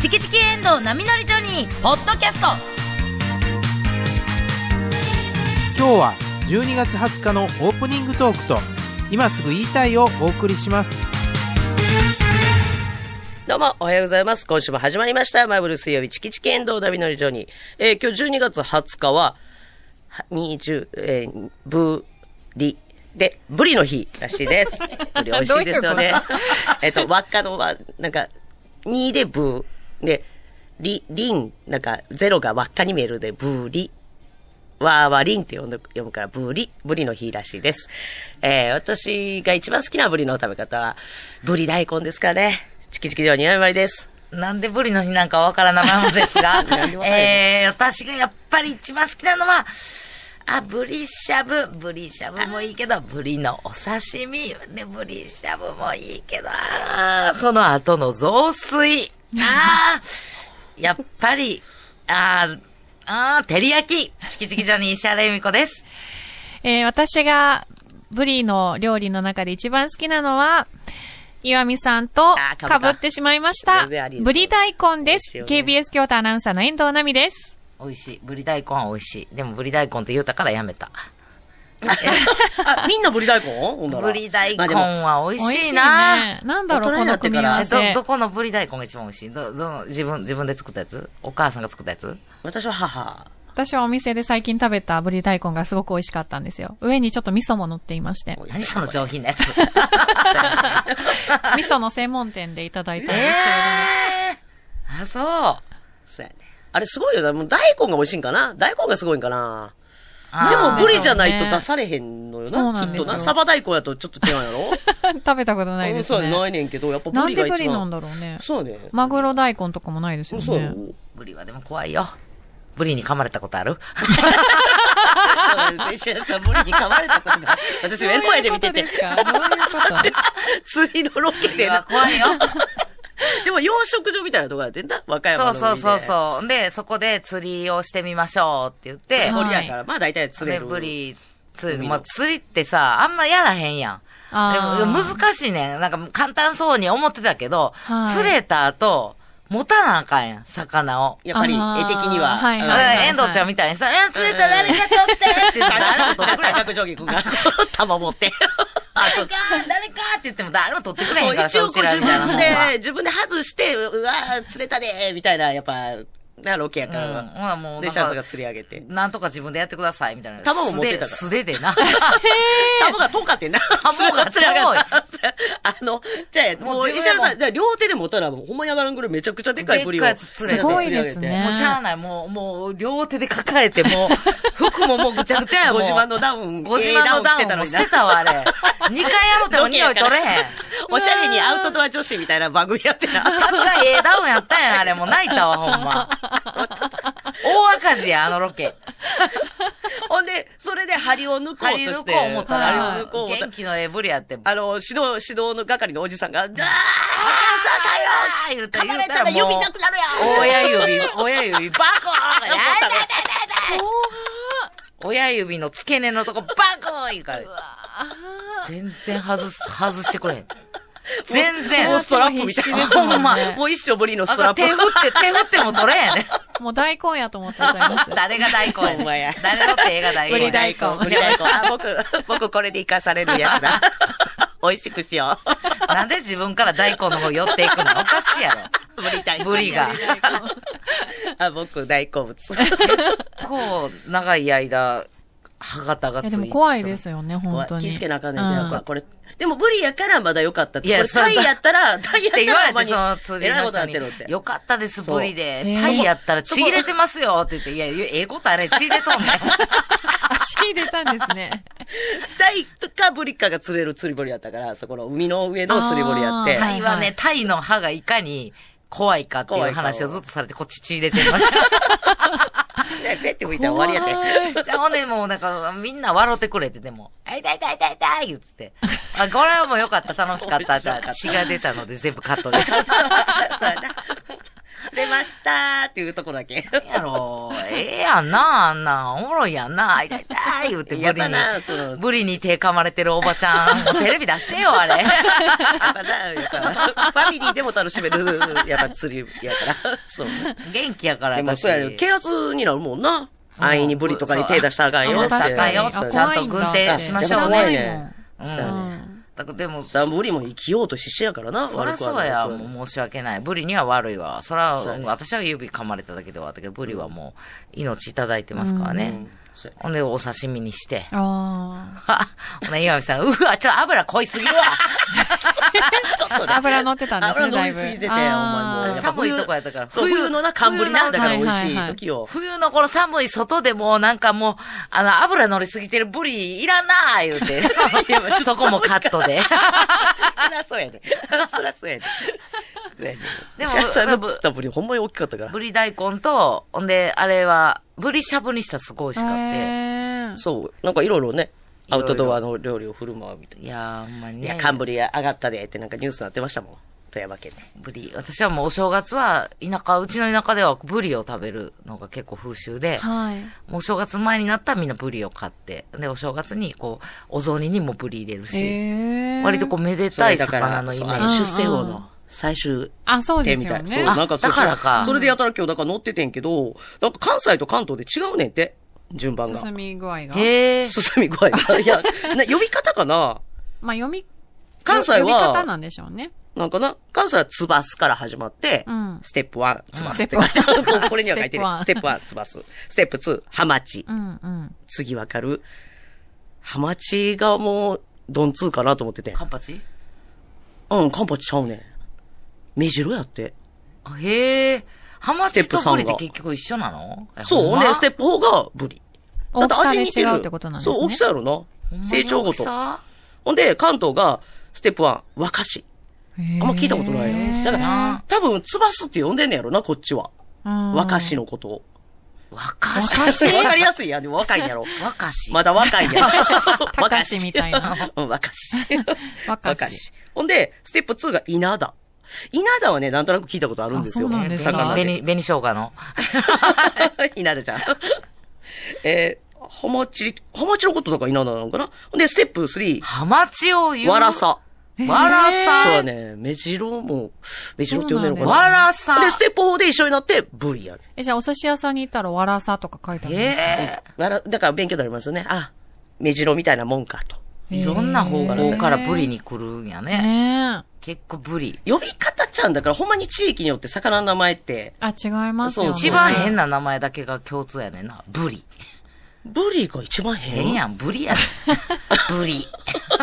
チキチキエンドウ波乗りジョニー」ポッドキャスト。 今日は12月20日のオープニングトークと今すぐ言いたいをお送りします。 どうもおはようございます。今週も始まりましたマイブル水曜日チキチキエンドウ波乗りジョニー。今日12月20日はブリでブリの日らしいです。ブリ美味しいですよね。輪っかのはなんか2でブでリンなんか0が輪っかに見えるでブリ。わーリンって読むからブリの日らしいです。私が一番好きなブリの食べ方はブリ大根ですかね。チキチキジョニーまりです。 なんでブリの日なんかわからないままですが、私がやっぱり一番好きなのは、ブリしゃぶもいいけど、ブリのお刺身でブリしゃぶもいいけど、その後の雑炊、やっぱり、照り焼き、チキチキジョニー石原由美子です。 私がブリの料理の中で一番好きなのは、岩見さんと被ってしまいました。ブリ大根です。KBS 京都アナウンサーの遠藤奈美です。 美味しい。ブリ大根は美味しい。でもブリ大根って言うたからやめた。 みんなブリ大根？ ブリ大根は美味しいな。 ね、なんだろう、この組み合わせ。 どこのブリ大根が一番美味しい？自分で作ったやつ？お母さんが作ったやつ？ 私は母。 私はお店で最近食べたブリ大根がすごく美味しかったんですよ。上にちょっと味噌も乗っていまして。 何その上品なやつ。 味噌の専門店でいただいたんですけれども。 そうやね。あれすごいよな。もう大根が美味しいんかな？大根がすごいんかな？でもブリじゃないと出されへんのよな。 そうなんですよ。 きっとな。サバ大根やとちょっと違うんやろ？ 食べたことないですね。 そうないねんけど、やっぱブリが一番。 なんでブリなんだろうね。 そうね。 マグロ大根とかもないですよね。そう。 ブリはでも怖いよ。ブリに噛まれたことある？ そうです。石原さん、ブリに噛まれたことが、私目の前で見てて。 どういうこと釣りのロケで。 怖いよ。 でも養殖場みたいなとこやってんだ、和歌山の海で。 そう。で、そこで釣りをしてみましょうって言って。 森やから、まあ大体釣れる。 で、ブリ、釣りってさ、あんまやらへんやん。でも難しいねん。なんか簡単そうに思ってたけど、釣れた後、持たなあかんやん、魚を。 やっぱり、絵的には。 遠藤ちゃんみたいにさ、釣れた誰か取ってって言って誰も取ってくれへん。 三角定規君が、玉持って。 誰かって言っても誰も取ってくれへんからさ、うちらみたいなもんは。 自分で外して、うわー、釣れたでみたいな、やっぱ、ロケやから。 もうで、シャンスが釣り上げて。 なんとか自分でやってください、みたいな。 玉も持ってたから。 素手でな。 玉が遠かってんな。 玉が遠い。 じゃあ、もう、石原さん、両手で持ったら、ほんまに上がらんぐらいめちゃくちゃでかいブリを。 すごいですね。 もうしゃあない。もう、両手で抱えて、もう、服ももうぐちゃぐちゃやもん。 ご自慢のダウン。 ご自慢のダウンも捨てたわ、あれ。2回やろうても匂い取れへん。 おしゃれにアウトドア女子みたいな番組やってな。 高いダウンやったやん、あれ。もう泣いたわ、ほんま。大赤字や、あのロケ。 ほんで、それで針を抜こうとして。 針抜こう思ったら、元気のブリやって。 指導の係のおじさんが、さあ言うたら指なくなるやん。 親指、バコーンや親指の付け根のとこ、バコーン言うから。全然外してくれへん。全然。 もうストラップみたいな。ほんま。もう一生ブリのストラップ。 手振っても取れへんね。 もう大根やと思ってちゃいます。 誰が大根や。誰の手が大根。 ブリ大根。 僕これで生かされるやつだ。美味しくしよう。なんで自分から大根の方寄っていくの？おかしいやろ。ブリが。 僕大好物。 こう、長い間、歯型がついて。 でも怖いですよね、本当に。 気ぃつけなあかんねんて、これ。でもブリやからまだ良かったって。いや、タイやったら、って言われて、その釣りの人に。よかったです、ブリで。タイやったらちぎれてますよって言って、いや、ええことあれ、ちぎれとんねん。 ちぎれたんですね。 タイかブリかが釣れる釣り堀やったから、そこの海の上の釣り堀やって。 タイはね、タイの歯がいかに怖いかっていう話をずっとされて、こっちちぎれてました。 ペッて吹いたら終わりやって。じゃあほんでもうなんかみんな笑ってくれて、でも、痛い言ってて。これはもうよかった、楽しかった。血が出たので全部カットです。そうやな。 忘れましたっていうところだけ。 やろ、やんな、あんな、おもろいやんな、痛い痛い言うてブリに手噛まれてるおばちゃん、テレビ出してよ、あれ。 やっぱファミリーでも楽しめる、やっぱ釣りやから。そう。 元気やから、 でもそうやね、啓発になるもんな。安易にブリとかに手出したらあかんよ。 確かよ。ちゃんと軍手しましょうね。 そうやね。 でも、 ブリも生きようと必死やからな。 そりゃそうや、もう申し訳ない。ブリには悪いわ。そら、私は指噛まれただけではあったけど、ブリはもう命いただいてますからね。ほんで、お刺身にして。ほな、岩見さん、うわ、ちょっと油濃いすぎるわ。 ちょっと油乗ってたんですね、だいぶ。 油乗りすぎてて、お前もう。 寒いとこやったから。 冬のな、寒ぶりなんだから美味しい時を。 冬のこの寒い外でもなんかもう、油乗りすぎてるブリいらんなー言うて。そこもカットで。 そらそうやね。そらそうやね。でも、シャさんの釣ったブリほんまに大きかったから。 ブリ大根と、ほんで、あれは、ブリしゃぶにしたらすごい美味しかった。 そう。なんかいろいろね、アウトドアの料理を振る舞うみたいな。 いやー、ほんまにね。 いや、寒ブリ上がったでってなんかニュースになってましたもん。富山県で。 ブリ。私はもうお正月は、うちの田舎ではブリを食べるのが結構風習で、もうお正月前になったらみんなブリを買って、で、お正月にこう、お雑煮にもブリ入れるし、割とこう、めでたい魚のイメージ。 出世魚の。最終そうですみたいな。 ね。 そう、なんかだからか。 それでやたら今日だから乗っててんけど、なんか関西と関東で違うねんって、順番が。 進み具合が。 進み具合が。いや、呼び方かなまあ関西は、 呼び方なんでしょうね。 なんかな関西はツバスから始まって、ステップ1、ツバスって書いてある。これには書いてる。ステップ1、ツバス。ステップ2、ハマチ。次わかるハマチがもう、ドンツーかなと思ってて。 カンパチカンパチちゃうねん。目白やって。 へえ。ハマチとブリって結局一緒なの？ そうね、ステップ4がブリ。 大きさで違うってことなんですね。 そう、大きさやろな。成長ごと。ほんで、関東が、ステップ1、和菓子。あんま聞いたことないな。だから、多分、ツバスって呼んでんねやろな、こっちは。和菓子のことを。 和菓子わかりやすいやん。でも若いんやろ。 和菓子。 まだ若いやん。 和菓子みたいな。 和菓子。 和菓子。 ほんで、ステップ2が稲田。稲田はね、なんとなく聞いたことあるんですよ。 そうなんですか。 紅生姜の。 稲田ちゃん。ハマチのことだから稲田なのかな。ほんで、ステップ3。 ハマチを言う。 わらさ。 わらさ。 そうだね。目白って呼んでるのかな。 わらさ。 で、ステップ4で一緒になって、ブリやね。 じゃあ、お寿司屋さんに行ったら、わらさとか書いてあるんですか？ だから勉強になりますよね。目白みたいなもんかと。 いろんな方向からブリに来るんやね。結構ブリ。 呼び方ちゃうんだから、ほんまに地域によって魚の名前って。 違いますよね。 一番変な名前だけが共通やねんな。ブリ。 ブリが一番変やん、ブリやねん。ブリ。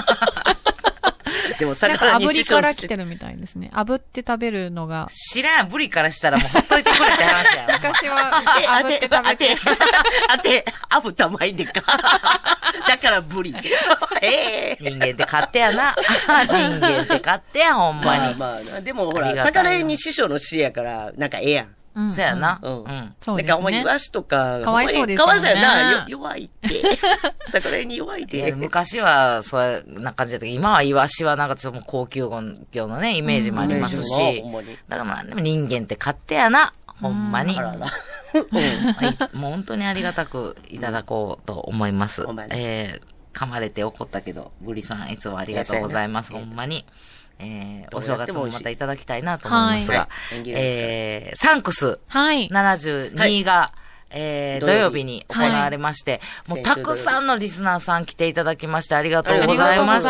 でも魚に炙りから来てるみたいですね。炙って食べるのが。 知らん、ブリからしたらもうほっといてくれって話や。 昔は炙って食べて。 炙ったまいでか。だからブリ。 人間って勝手やな。人間って勝手や、ほんまに。 まあ、でもほら、魚に師匠の師やから、なんかやん。 そうやな。 そうですね。 なんかほんまにイワシとか。 かわいそうですよね。 かわいそうやな。弱いって。魚に弱いって。 昔はそうな感じだったけど、今はイワシはなんかちょっと高級魚のね、イメージもありますし。だからまあ、でも人間って勝手やな。ほんまに。もう本当にありがたくいただこうと思います。噛まれて怒ったけど、ブリさんいつもありがとうございます。ほんまに。お正月もまたいただきたいなと思いますが、サンクス72が、土曜日に行われまして、もうたくさんのリスナーさん来ていただきましてありがとうございました。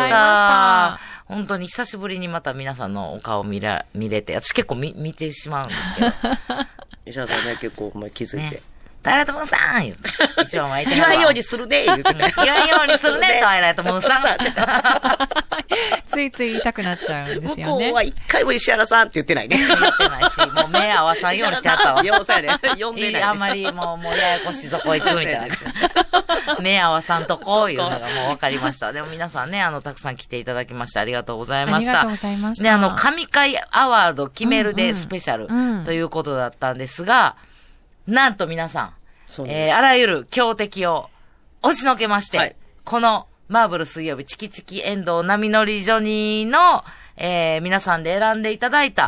本当に久しぶりにまた皆さんのお顔見れて、私結構見てしまうんですけど。 石原さんね、結構気づいて。 トワイライトムーンさん言うて。一番前言わんようにするね言うて。 言わんようにするね、トワイライトムーンさん。 ついつい言いたくなっちゃうんですよね。 向こうは一回も石原さんって言ってないね。 言ってないし、もう目合わさんようにしてあったわ。 ようさやね。呼んでない。 あんまりもうややこしいぞこいつみたいな。目合わさんとこういうのがもう分かりました。でも皆さんね、たくさん来ていただきましてありがとうございました。 ありがとうございました。 で、神回アワード決めるでスペシャルということだったんですが、なんと皆さん、あらゆる強敵を押しのけまして、このマーブル水曜日チキチキエンドウ波乗りジョニーの、皆さんで選んでいただいた、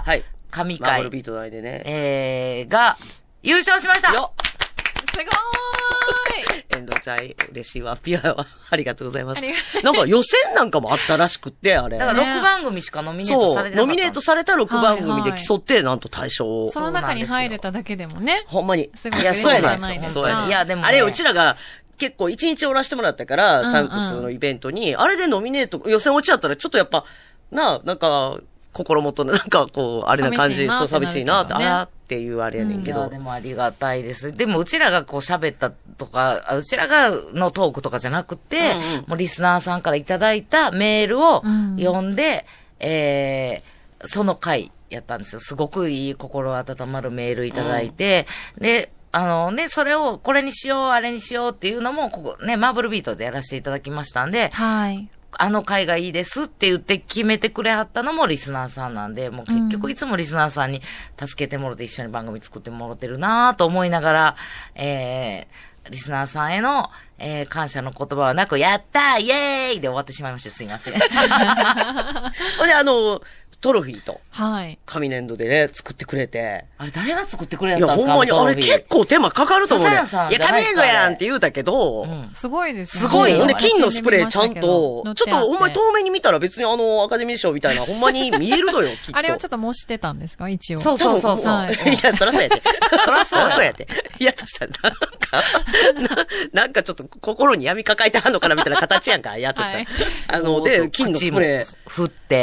神マーブル回、 ビート内でね。 が、優勝しましたよすごーい遠藤ちゃん、嬉しいわ。ピアは、ありがとうございますありが。 なんか予選なんかもあったらしくって、あれ。 だから6番組しかノミネートそう、 されてなかった。 ノミネートされた6番組で競って、なんと大賞を。 その中に入れただけでもね。 ほんまに。 すごいいや、そうやね嬉しいじゃないですか。 いや、でも、ね。 あれ、うちらが、結構1日おらしてもらったから、サンクスのイベントに、あれでノミネート、予選落ちだったらちょっとやっぱ、なんか、心もとの、なんかこう、あれな感じ、そう、寂しいなって、あらっていうあれやねんけど。 いや、でもありがたいです。でも、うちらがこう喋ったとか、うちらがのトークとかじゃなくて、もうリスナーさんからいただいたメールを読んで、その回やったんですよ。すごくいい心温まるメールいただいて、で、それをこれにしよう、あれにしようっていうのも、ここね、マーブルビートでやらせていただきましたんで、 はい。 あの回がいいですって言って決めてくれはったのもリスナーさんなんで、もう結局いつもリスナーさんに助けてもらって一緒に番組作ってもらってるなぁと思いながら、リスナーさんへの、感謝の言葉はなく、やったーイエーイで終わってしまいましてすいません。 ほんで、トロフィーと、 はい。 紙粘土でね、作ってくれて。 あれ誰が作ってくれたいや、 んですか？ ほんまに、あれ結構手間かかると思うね。 笹谷さんいや、紙粘土やんって言うたけど、 すごいですね。 すごいよほんで、金のスプレーちゃんと、ちょっとお前と遠目に見たら別にアカデミー賞みたいな、ほんまに見えるのよ、きっと。 あれをちょっと模してたんですか一応。 そうそうそう。 はいいや、そらそうやて。 そらそうやて。いや、としたら、なんかちょっと心に闇抱えてはんのかなみたいな形やんか、やとしたら。で、金のスプレー。 振って。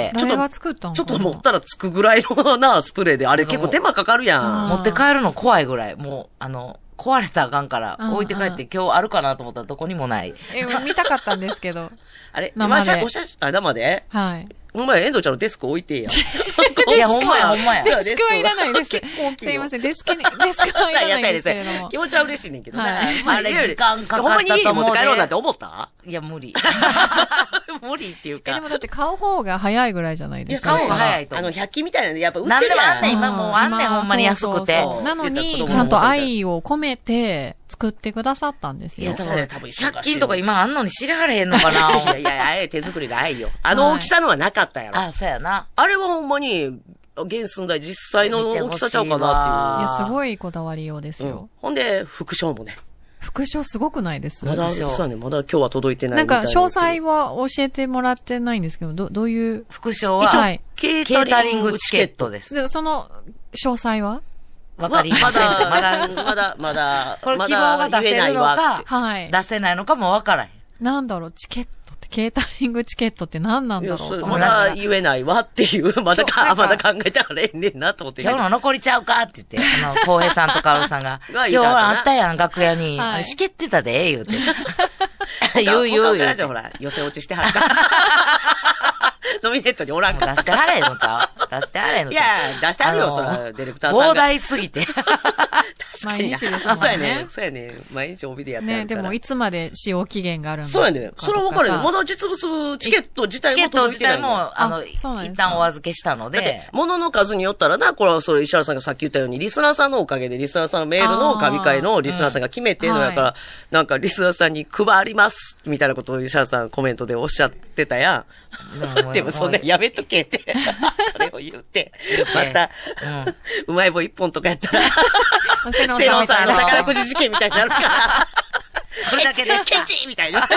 誰が作ったのちょっと持ったらつくぐらいのな、スプレーで、あれ結構手間かかるやん。 持って帰るの怖いぐらい。もう、壊れたらあかんから、置いて帰って今日あるかなと思ったらどこにもない。 見たかったんですけど。 あれ生で。 生ではい。 お前、遠藤ちゃんのデスク置いてや。 いや、ほんまや、ほんまや。 デスクはいらないです。すいません、デスクはいらないんですけれども。 気持ちは嬉しいねんけどね。 あれ時間かかったと思う。 ほんまに家に持って帰ろうなんて思った？ いや、無理。 無理っていうか。 でもだって買う方が早いぐらいじゃないですか。 買う方が早いと思う。 100均みたいなのやっぱ売ってるやん。 なんでもあんねん、今もうあんねん、ほんまに安くて。 なのに、ちゃんと愛を込めて作ってくださったんですよ。 いや、多分100均とか今あんのに知られへんのかな。 いや、あれ手作りないよ。大きさのはなかったやろ。 あ、そうやな。 あれはほんまに、原寸大実際の大きさちゃうかなっていう。 いや、すごいこだわりようですよ。 ほんで、副賞もね。 副賞すごくないですまだ、そうね、まだ今日は届いてないみたいな。 なんか、詳細は教えてもらってないんですけど、どういう副賞は、ケータリングチケットです。 その、詳細はわかりません。 まだ、 これ希望が出せるのか、 はい。 出せないのかもわからへん。 なんだろう、チケットって、ケータリングチケットって何なんだろうと思まだ言えないわっていう、まだ考えてあれへんねんなと思って。 今日の残りちゃうかって言って、浩平さんとカオルさんが、今日はあったやん、楽屋に。あれ、しけってたで、言うて。言う。 ほら、予選落ちしてはるから。ノミネートにおらんから。 出してはれのちゃう出してはれのちゃう。 いや、出してはるよ、そら、ディレクターさんが。 膨大すぎて。 毎日ですもんね。 そうやね。毎日帯でやってるから。 ね、でもいつまで使用期限があるんだそうやね。それは分かるよ。まだ実物チケット自体も届いてない。 チケット自体も、一旦お預けしたので。 物の数によったらな、これはそれ石原さんがさっき言ったように、リスナーさんのおかげで、リスナーさんのメールの神回のリスナーさんが決めてるのやから、なんかリスナーさんに配ります、みたいなことを石原さんコメントでおっしゃってたやん。でもそんなやめとけって、それを言って、また、うまい棒一本とかやったら、瀬能さんの宝くじ事件みたいになるから、 これだけですかケチみたいな。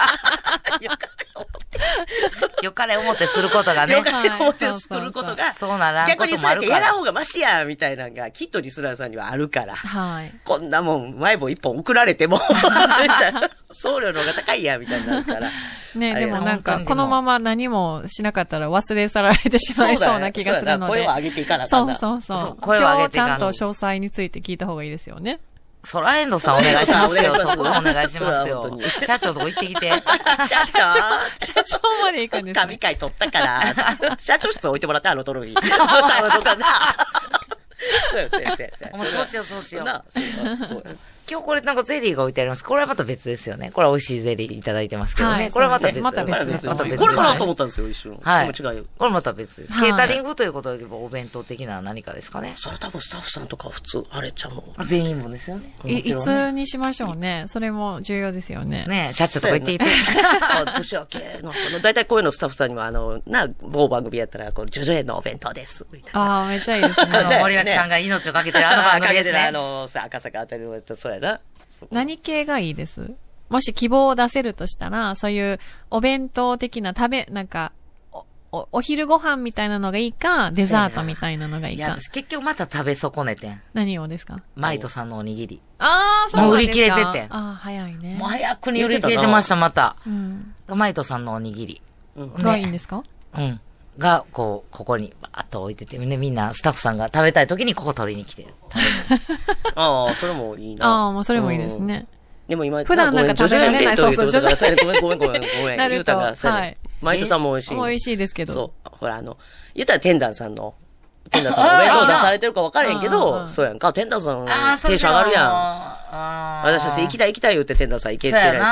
よかれ思ってすることがね。 よかれ思ってすることが。 そうならんこともあるから。 逆にそうやってやらん方がマシや、みたいなのが、きっとリスナーさんにはあるから。 はい。 こんなもん、前棒一本送られても、送料の方が高いや、みたいになるから。 ね、でもなんか、このまま何もしなかったら忘れ去られてしまいそうな気がするので。 声を上げていかなかった。 そう。 声を上げていかな今日ちゃんと詳細について聞いた方がいいですよね。 そらエンドさんお願いしますよ。そこお願いしますよ。社長とこ行ってきて。 社長まで行くんですか？ 神回取ったから。社長室置いてもらって、トロフィー。そうしよう。 そう。 今日これなんかゼリーが置いてあります。これはまた別ですよね。これは美味しいゼリーいただいてますけどね。 はい、 これはまた別。 また別です。 これかなと思ったんですよ、一瞬。 はい。 違うよ。 これまた別です。ケータリングということで、お弁当的な何かですかね。 それ多分スタッフさんとか普通、あれちゃうの全員分ですよね。 いつにしましょうね。それも重要ですよね。 ねえ、ちゃっちゃとか言っていて。 年明けの、大体こういうのスタッフさんには、某番組やったら、こう、ジョジョ園のお弁当です、みたいな。 ああ、めっちゃいいですね。 森脇さんが命をかけてる番組ですね。 赤坂あたりのそうやな。 何系がいいです？もし希望を出せるとしたら、そういうお弁当的ななんか、お昼ご飯みたいなのがいいか、デザートみたいなのがいいか。 いや、私結局また食べ損ねてん。 何をですか？ マイトさんのおにぎり。 ああ、そうなんですか。 もう売り切れてて。 ああ、早いね。 もう早くに売り切れてました、また。 うん。 マイトさんのおにぎり。 がいいんですか？ うん。が、ここにバーッと置いてて、ね、みんなスタッフさんが食べたい時にここ取りに来てああ、それもいいな。 ああ、もうそれもいいですね。 でも今、 普段なんか食べられない。そうそう、 ごめん。 なると、はい。 マイトさんも美味しい。 美味しいですけど。 そう。ほら、言ったらテンダンさんのお弁当出されてるか分からへんけど、そうやんか。テンダンさん、テンション上がるやん。私たち行きたい言ってテンダンさん行けってないから。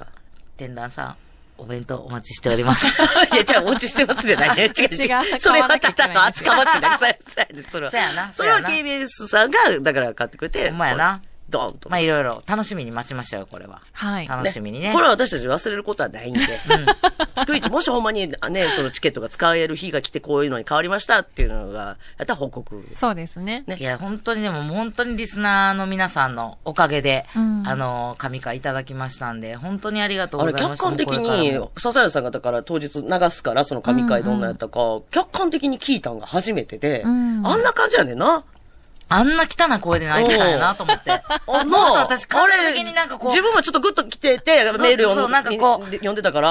テンダンさん。お弁当お待ちしております。 いや、じゃあお待ちしてますじゃないね。違う。それはただの厚かましいだけ。それは。それは KBS さんが、だから買ってくれて。 ほんまやな。 ドーンと。 まあ、いろいろ楽しみに待ちましたよ、これは。 はい。 楽しみにね。 これは私たち忘れることはないんで。低い位置、もしほんまにね、そのチケットが使える日が来てこういうのに変わりましたっていうのが、やったら報告。 そうですね。 いや、本当にでも、本当にリスナーの皆さんのおかげで、神会いただきましたんで、本当にありがとうございました。 客観的に、笹谷さんがだから当日流すから、その神会どんなやったか、客観的に聞いたんが初めてで、あんな感じやねんな。 あんな汚い声で泣いてたんやなと思って。もっと私、完璧になんかこう。 自分もちょっとグッと来てて、メールを読んでたから。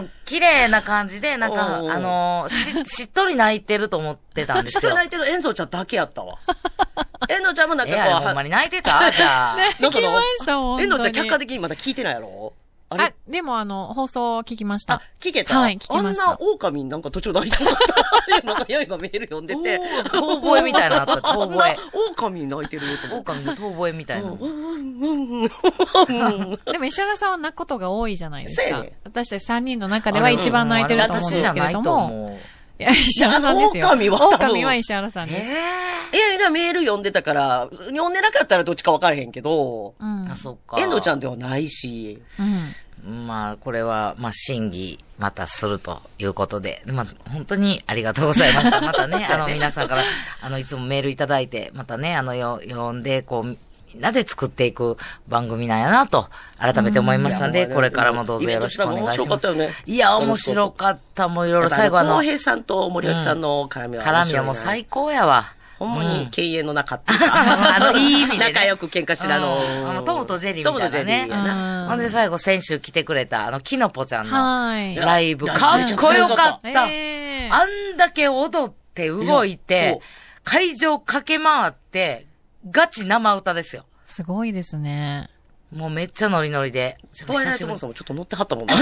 綺麗な感じで、なんか、しっとり泣いてると思ってたんですよ。 しっとり泣いてる遠藤ちゃんだけやったわ。遠藤ちゃんもなんかこう。 ほんまに泣いてたじゃあ。 泣きましたもん。 遠藤ちゃん客観的にまだ聞いてないやろ？ でも放送聞きました。 聞けた？ はい、聞きました。 あんな狼なんか途中泣いてなかった。なんかやいがメール読んでて。 遠吠えみたいなのあった。遠吠え。 狼泣いてるよと思って。 狼の遠吠えみたいな。 でも石原さんは泣くことが多いじゃないですか。私たち3人の中では一番泣いてると思うんですけれども。いや、石原さんですよ。狼は石原さんです。 いや、メール読んでたから、読んでなかったらどっちか分からへんけど、 そっか。 遠藤ちゃんではないし、 まあ、これは、まあ、審議、またするということで、まあ、本当にありがとうございました。またね、皆さんから、いつもメールいただいて、またね、読んで、こう、みんなで作っていく番組なんやなと、改めて思いましたんで、これからもどうぞよろしくお願いします。面白かったよね。いや、面白かった。もういろいろ最後浩平さんと森脇さんの絡みは面白い。 絡みはもう最高やわ。 ほんまに経営の中っていうか。 いい意味で。 仲良く喧嘩しらトムとジェリーみたいなね。ほんで最後先週来てくれた、キノポちゃんのライブ。かっこよかった。あんだけ踊って動いて、会場駆け回って、ガチ生歌ですよ。 すごいですね。 もうめっちゃノリノリで。 ホワイトモンさんもちょっと乗ってはったもんな。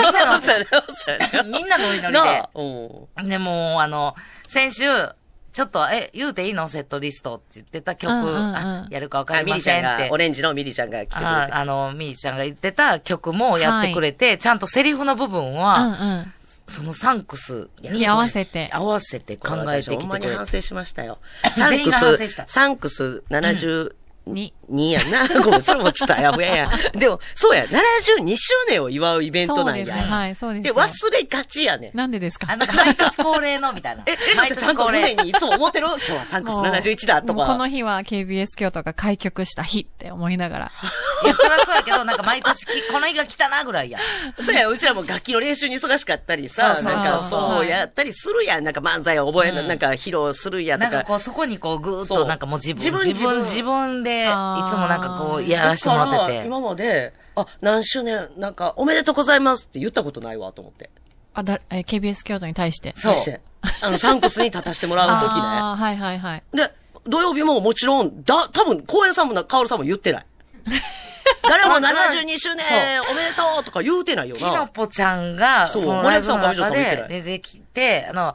みんなノリノリで。で、もう先週、ちょっと、言うていいのセットリストって言ってた曲、やるかわかりませんって。 オレンジのミリちゃんが来てくれて。 ミリちゃんが言ってた曲もやってくれて、ちゃんとセリフの部分は、そのサンクスに合わせて考えてきてくれて。 ほんまに反省しましたよ。 サンクス72やな。ごめん、それもちょっとあやふやや。でも、そうや、72周年を祝うイベントなんや。 はい、そうです。 で、忘れがちやね。 なんでですか？ なんか毎年恒例のみたいな。 毎年ちゃんと胸にいつも思ってる？今日はサンクス71だとか。 この日は KBS 京都が開局した日って思いながら。 いや、そりゃそうやけど、なんか毎年この日が来たなぐらいや。 そうや、うちらも楽器の練習に忙しかったりさ、なんかそうやったりするやん。なんか漫才を覚え、なんか披露するやとか。 なんかこう、そこにこう、ぐーっとなんかもう自分で、いつもなんかこう、やらしてもらってて。 今まで、何周年、なんか、おめでとうございますって言ったことないわ、と思って。 KBS 京都に対して。 そう。サンクスに立たせてもらうときね。 はいはいはい。 で、土曜日ももちろん、多分、公園さんもカオルさんも言ってない。誰も72周年おめでとうとか言うてないよな。 キノポちゃんが、そのライブの中で出てきて、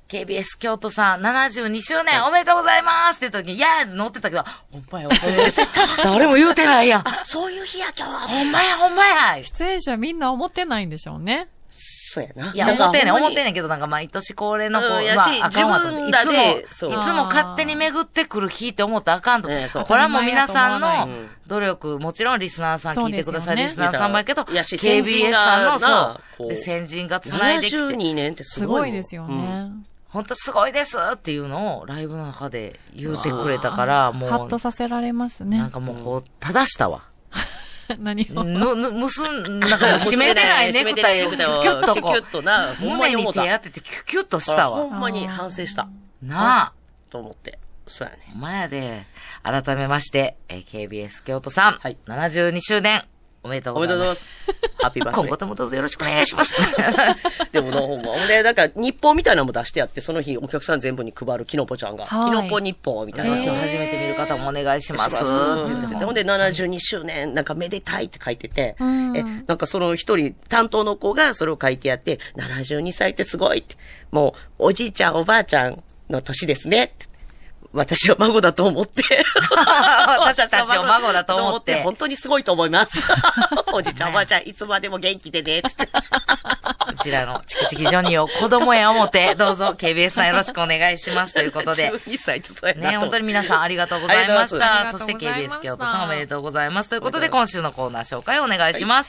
KBS 京都さん72周年おめでとうございますって言った時に、いやー乗ってたけど、ほんまや、誰も言うてないやん。 そういう日や今日は。 ほんまや。 出演者みんな思ってないんでしょうね。 そうやな。 いや、思ってんねんけど、なんか毎年恒例のやし、 あかんわと。 自分らでいつも勝手に巡ってくる日って思ったらあかんと。これはもう皆さんの努力、もちろんリスナーさん聞いてくださるリスナーさんもやけど、KBS さんの、そう、で、先人が繋いできて。 72年ってすごいですよね。 ほんとすごいですっていうのをライブの中で言うてくれたから、もう。 ハッとさせられますね。 なんかもうこう、正したわ。 何をなんか締めてないネクタイをキュッキュッとこう、胸に手当ててキュッキュッとしたわ。 ほんまに反省した。 なあ。 と思って。そうやね。 前で、改めまして、KBS 京都さん、72周年、おめでとうございます。 ハッピーバースデー。 今後ともどうぞよろしくお願いします。 でもほんま。で、だから日報みたいなのも出してやって、その日お客さん全部に配るきのぽちゃんが、きのぽ日報みたいな。 今日初めて見る方もお願いします。って言ってほんで72周年、なんかめでたいって書いてて、なんかその一人担当の子がそれを書いてやって、72歳ってすごいって、もうおじいちゃんおばあちゃんの年ですねって。私は孫だと思って。 私たちを孫だと思って。 本当にすごいと思います。おじいちゃんおばあちゃんいつまでも元気でね。つってうちらのチキチキジョニーを子供や思って、どうぞ KBS さんよろしくお願いしますということで。 12歳ってそうやな。 ね、本当に皆さんありがとうございました。そして KBS 京都さんおめでとうございます。ということで今週のコーナー紹介をお願いします。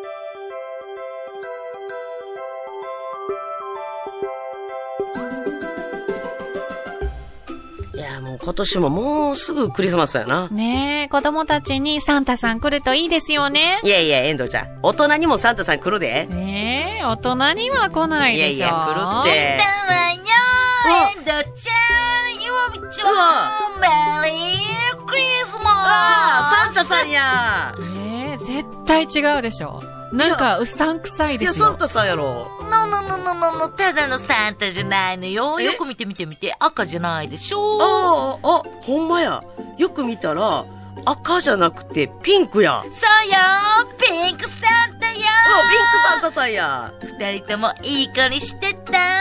今年ももうすぐクリスマスやな。 ねえ、子供たちにサンタさん来るといいですよね。 いやいや、遠藤ちゃん。大人にもサンタさん来るで。 ねえ、大人には来ないでしょ。 いやいや、来るって。 来たわよ、遠藤ちゃん、ゆうみちゃん、メリークリスマス。 サンタさんや。 絶対違うでしょ。なんか、うさんくさいですよ。 いや、サンタさんやろ。 ただのサンタじゃないのよ。よく見て、赤じゃないでしょ。 ほんまや。よく見たら、赤じゃなくて、ピンクや。 そうよ、ピンクサンタよ。 ピンクサンタさんや。 二人ともいい子にしてた。 はい、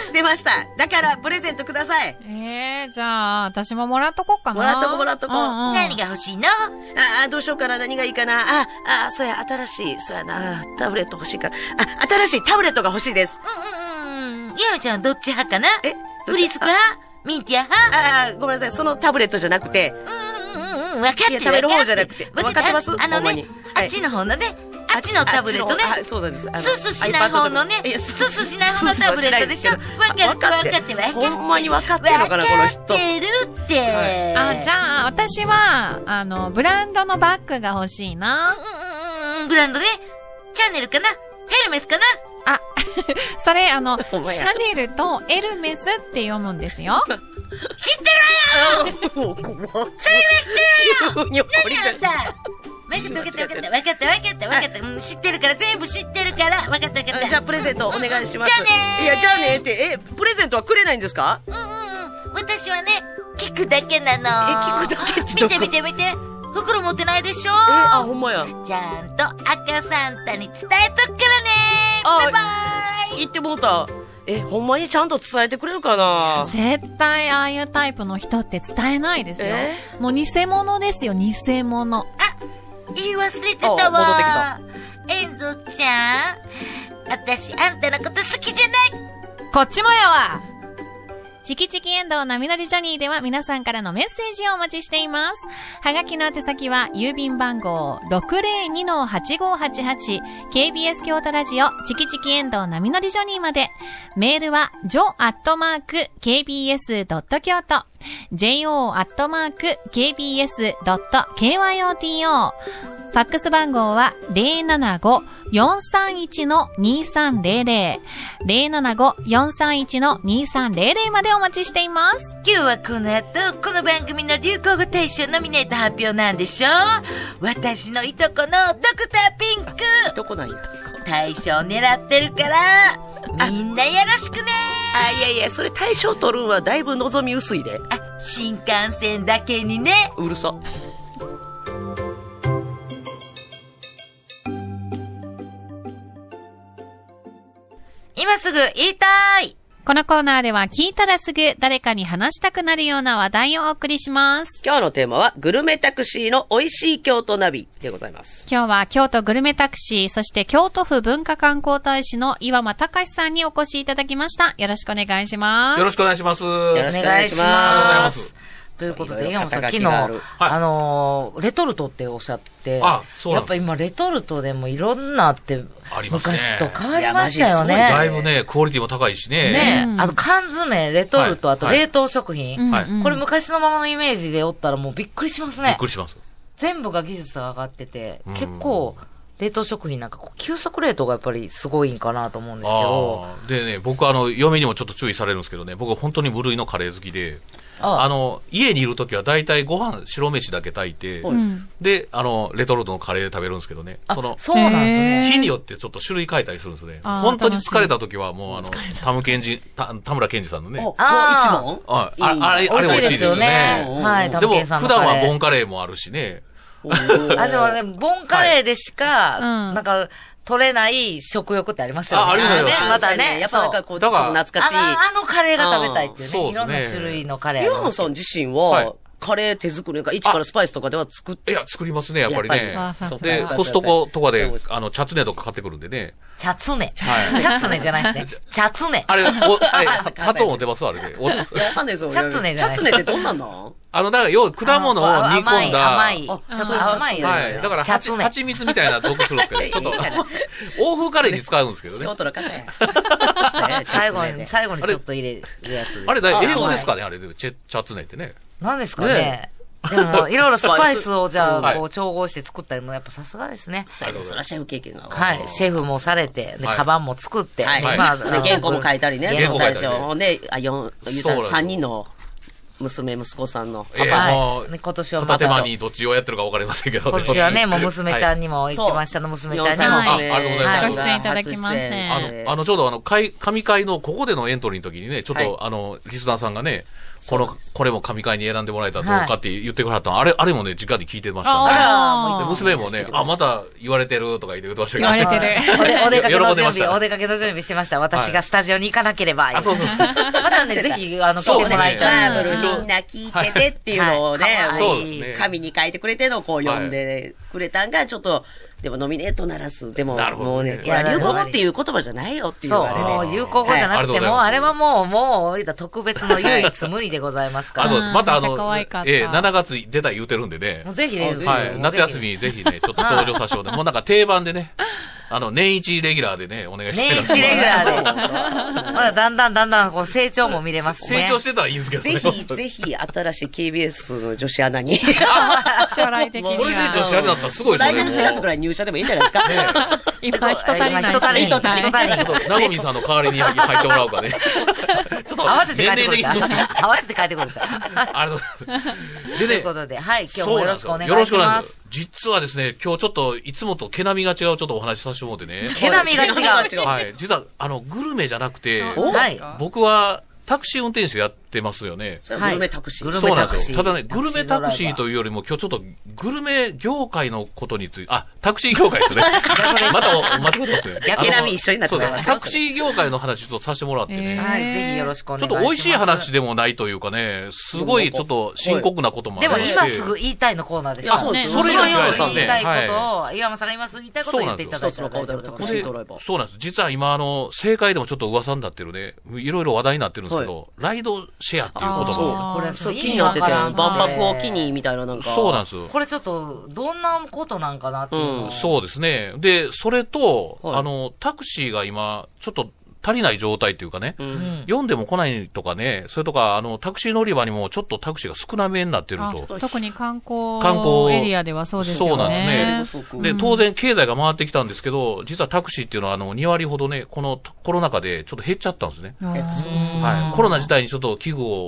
してました。だから、プレゼントください。 じゃあ、私ももらっとこっかな。 もらっとこう。 何が欲しいの？ どうしようかな。何がいいかな。そうや、新しい。そうやな。タブレット欲しいから。新しいタブレットが欲しいです。 ゆうちゃんどっち派かな？フリスク派？ミンティア派？ ごめんなさい。そのタブレットじゃなくて。 分かってる。 食べる方じゃなくて。分かってます？ あっちの方のね。あっちのタブレットね。 そうなんです。 ススしない方のね。ススしない方のタブレットでしょ。分かってほんまに分かってるのかな、この人。 分かってるって。 じゃあ、私は、ブランドのバッグが欲しいな。 ブランドね。チャンネルかな？ヘルメスかな？ それ、シャネルとエルメスって読むんですよ。 知ってるわよ！それは知ってるわよ！何あんた！分かった。知ってるから、全部知ってるから。分かった。 じゃあ、プレゼントお願いします。 じゃあねー。 いや、じゃあねって、プレゼントはくれないんですか？ 私はね、聞くだけなの。 聞くだけって見て。袋持ってないでしょ？ ほんまや。 ちゃんと赤サンタに伝えとくからね。バイバイ。 言ってもうた。ほんまにちゃんと伝えてくれるかな？ 絶対ああいうタイプの人って伝えないですよ。もう偽物ですよ、偽物。 言い忘れてたわ。 戻ってきた。 遠藤ちゃん、私あんたのこと好きじゃない。 こっちもやわ。チキチキエンドウ波乗りジョニーでは皆さんからのメッセージをお待ちしています。はがきの宛先は郵便番号 602-8588 KBS 京都ラジオチキチキエンドウ波乗りジョニーまで。メールは jo@kbs.kyoto jo@kbs.kyoto ファックス番号は 075-431-2300 075-431-2300までお待ちしています。 今日はこの後、この番組の流行語大賞ノミネート発表なんでしょ？私のいとこのドクターピンク。 いとこなんや。 大賞狙ってるから、みんなよろしくね。 いや、それ大賞取るんはだいぶ望み薄いで。 新幹線だけにね。 うるさ。 今すぐ言いたい。 このコーナーでは聞いたらすぐ誰かに話したくなるような話題をお送りします。 今日のテーマはグルメタクシーの美味しい京都ナビでございます。 今日は京都グルメタクシー、そして京都府文化観光大使の岩間隆さんにお越しいただきました。よろしくお願いします。 よろしくお願いします。よろしくお願いします。 ということで、岩間さん、昨日、レトルトっておっしゃって、やっぱ今、レトルトでもいろんなって、昔と変わりましたよね。 だいぶね、クオリティも高いしね。 ね、あと缶詰、レトルト、あと冷凍食品。これ昔のままのイメージでおったらもうびっくりしますね。 びっくりします。 全部が技術が上がってて、結構、冷凍食品なんか、急速冷凍がやっぱりすごいんかなと思うんですけど。 でね、僕嫁にもちょっと注意されるんですけどね、僕本当に無類のカレー好きで、家にいるときは大体ご飯白飯だけ炊いて、で、レトルトのカレー食べるんですけどね。 そうなんですね。 日によってちょっと種類変えたりするんですね。本当に疲れたときはもう田村健二さんのね。 一問あれ美味しいですよね。 はい、 でも普段はボンカレーもあるしね。 でもね、ボンカレーでしか、なんか、取れない食欲ってありますよね。 ありますよね。 またね。 やっぱなんかこう、ちょっと懐かしい。 あのカレーが食べたいっていうね。いろんな種類のカレー。 岩野さん自身は、カレー手作りか、一からスパイスとかでは作って。 いや、作りますね、やっぱりね。で、コストコとかで、チャツネとか買ってくるんでね。 チャツネチャツネじゃないですね。チャツネ。 あれ、砂糖も出ますあれで。 わかんないですよ。 チャツネじゃない。 チャツネってどんなんのだから、要は果物を煮込んだ。 甘い。ちょっと甘い。 はい。だから、蜂蜜みたいな属するんですけど、ちょっと、欧風カレーに使うんですけどね。 京都の方や。 最後にちょっと入れるやつです。 あれ、英語ですかねあれ、チャツネってね。 何ですかね。でも、いろいろスパイスをじゃあ、こう、調合して作ったりも、やっぱさすがですね。 それはシェフ経験が。 はい。シェフもされて、で、カバンも作って。 まあ、原稿も書いたりね。 原稿書いたりね。3人の娘、息子さんの。 はい。今年は片手間にどっちをやってるか分かりませんけど。 今年はね、もう娘ちゃんにも、一番下の娘ちゃんにも。 ありがとうございます。 ご出演いただきまして。 ちょうど神会のここでのエントリーの時にね、ちょっとリスナーさんがね、これも神会に選んでもらえたらどうかって言ってくれはったの。あれもね、直に聞いてましたね。娘もね、また言われてるとか言ってましたけど。 言われてる。 お出かけの準備してました。私がスタジオに行かなければ。 そう。 またね、ぜひ、聞いてもらいたい。 みんな聞いててっていうのをね、紙に書いてくれてのこう読んでくれたんが、ちょっと、でもノミネートならず、でももうね、流行語っていう言葉じゃないよっていうあれで。 そう、もう流行語じゃなくても、あれはもう、特別の唯一無二でございますから。 そうです。また7月出た言うてるんでね。 ぜひね、 夏休みぜひね、ちょっと登場させてもらって、もうなんか定番でね、年一レギュラーでね、お願いして年一レギュラーで。まだだんだんこう成長も見れますね。 成長してたらいいんですけどね。 ぜひ、新しい KBS の女子アナに。 将来的に。 それで女子アナだったらすごいですね。 来年の4月くらい入社でもいいんじゃないですか。 今人足りない。 人足りない。 ナゴミさんの代わりに入ってもらおうかね。ちょっと慌てて帰ってくる。慌てて帰ってくるじゃん。 ありがとうございます。 ということで、はい、今日もよろしくお願いします。よろしくお願いします。 実はですね、今日ちょっといつもと毛並みが違うちょっとお話しさせてもらってね。 毛並みが違う。 はい。実は、グルメじゃなくて、 はい。 僕はタクシー運転手やってますよね。 グルメタクシー。 そうなんですよ。ただね、グルメタクシーというよりも今日ちょっとグルメ業界のことについて、タクシー業界ですね。また間違ってますね。 毛並み一緒になってます。 タクシー業界の話ちょっとさせてもらってね。 はい、ぜひよろしくお願いします。 ちょっと美味しい話でもないというかね、すごいちょっと深刻なこともある。 でも今すぐ言いたいのコーナーですよね。 それが違いますね。 言いたいことを、岩間さんが今すぐ言いたいことを言っていただいたら大丈夫でございます。 そうなんです。実は今政界でもちょっと噂になってるね、いろいろ話題になってるんですけど、ライドシェアっていう言葉。 これ、そう、気になってて、万博を機に、みたいななんか。 そうなんです。 これちょっと、どんなことなんかなっていう。 そうですね。で、それと、タクシーが今、ちょっと、足りない状態っていうかね、読んでも来ないとかね、それとか、タクシー乗り場にもちょっとタクシーが少なめになってると。 特に観光エリアではそうですよね。 そうなんですね。で、当然経済が回ってきたんですけど、実はタクシーっていうのは2割ほどね、このコロナ禍でちょっと減っちゃったんですね。はい。コロナ自体にちょっと危惧を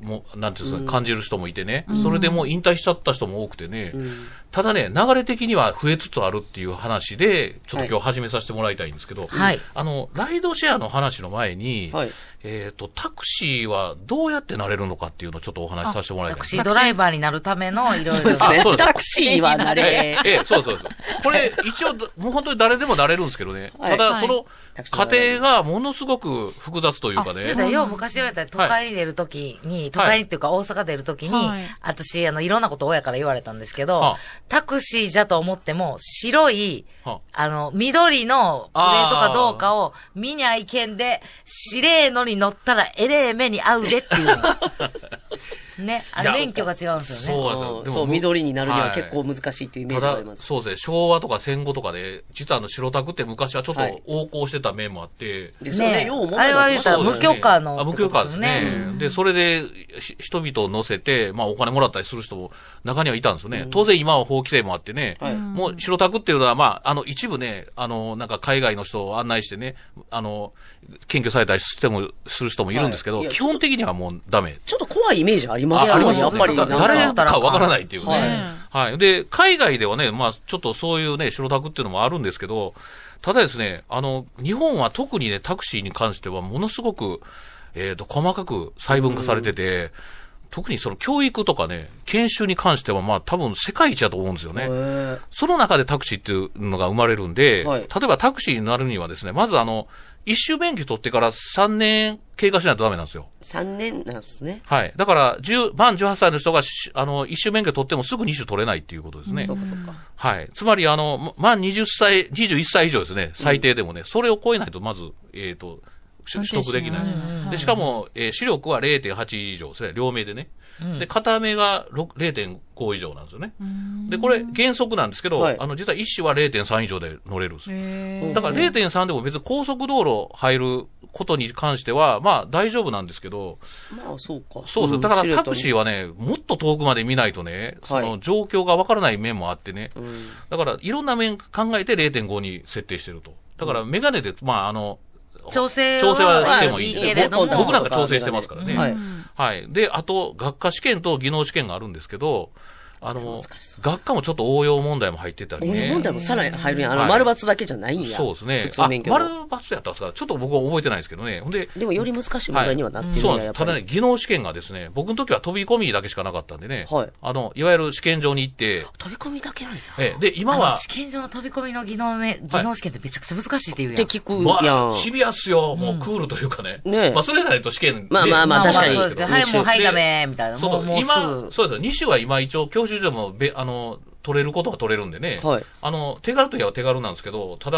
なんていうんですか、感じる人もいてね、それでもう引退しちゃった人も多くてね、ただね、流れ的には増えつつあるっていう話で、ちょっと今日始めさせてもらいたいんですけど、ライドシェアの話の前に、タクシーはどうやってなれるのかっていうのをちょっとお話しさせてもらいたい。 タクシードライバーになるためのいろいろ。 タクシーにはなれ。 そう。これ、一応、もう本当に誰でもなれるんですけどね。ただ、その、過程がものすごく複雑というかね。 そうだよ、昔言われたら都会に出るときに、都会っていうか大阪出るときに、私、いろんなこと親から言われたんですけど、タクシーじゃと思っても、白い、緑のプレートかどうかを見にゃいけんで、白えのに乗ったらえれえ目に合うでっていう。ね、免許が違うんですよね。 そうなんですよ。 そう、緑になるには結構難しいっていうイメージがあります。 そうですね、昭和とか戦後とかで、実は白タクって昔はちょっと横行してた面もあって、 ね、あれは言ったら無許可の。 無許可ですね。で、それで人々を乗せて、お金もらったりする人も中にはいたんですよね。当然今は法規制もあってね、もう白タクっていうのは、一部ね、なんか海外の人を案内してね、検挙されたりする人もいるんですけど、基本的にはもうダメ。 ちょっと怖いイメージありますよね、やっぱり。 誰かわからないっていうね。はい。で、海外ではね、ちょっとそういうね、白タクっていうのもあるんですけど、ただですね、日本は特にね、タクシーに関してはものすごく、細かく細分化されてて、特にその教育とかね、研修に関しては多分世界一だと思うんですよね。その中でタクシーっていうのが生まれるんで、例えばタクシーになるにはですね、まず一種免許取ってから3年経過しないとダメなんですよ。 3年なんですね。 はい。だから、満18歳の人が、一種免許取ってもすぐ2種取れないっていうことですね。 そうかそうか。 はい。つまり、満21歳以上ですね。最低でもね。それを超えないと、まず、取得できない。で、しかも、視力は 0.8 以上ですね。両目でね。で、片目が 0.5 以上なんですよね。で、これ原則なんですけど、実は一種は 0.3 以上で乗れるんですよ。だから 0.3 でも別に高速道路入ることに関しては、大丈夫なんですけど。 そうか。 そうです。だからタクシーはね、もっと遠くまで見ないとね、その状況がわからない面もあってね。だから、いろんな面考えて 0.5 に設定してると。だから、メガネで、 調整はしてもいいけれども。 僕なんか調整してますからね。はい。で、あと、学科試験と技能試験があるんですけど、学科もちょっと応用問題も入ってたりね。 応用問題もさらに入るんや。丸抜だけじゃないんや。 そうですね。丸抜やったんですかちょっと僕は覚えてないですけどね。 でもより難しい問題にはなってるんや、 そうなんです。ただね、技能試験がですね、僕の時は飛び込みだけしかなかったんでね。いわゆる試験場に行って。 飛び込みだけなんや。 で、今は。 試験場の飛び込みの技能試験ってめちゃくちゃ難しいって言うやん。 って聞くやん。 シビアっすよ。もうクールというかね。それないと試験で。 確かに。 そうですけど、はい、もうはいダメ、みたいな。 そうですよ。2種は今一応教習所も、取れることは取れるんでね。手軽といえば手軽なんですけど、ただ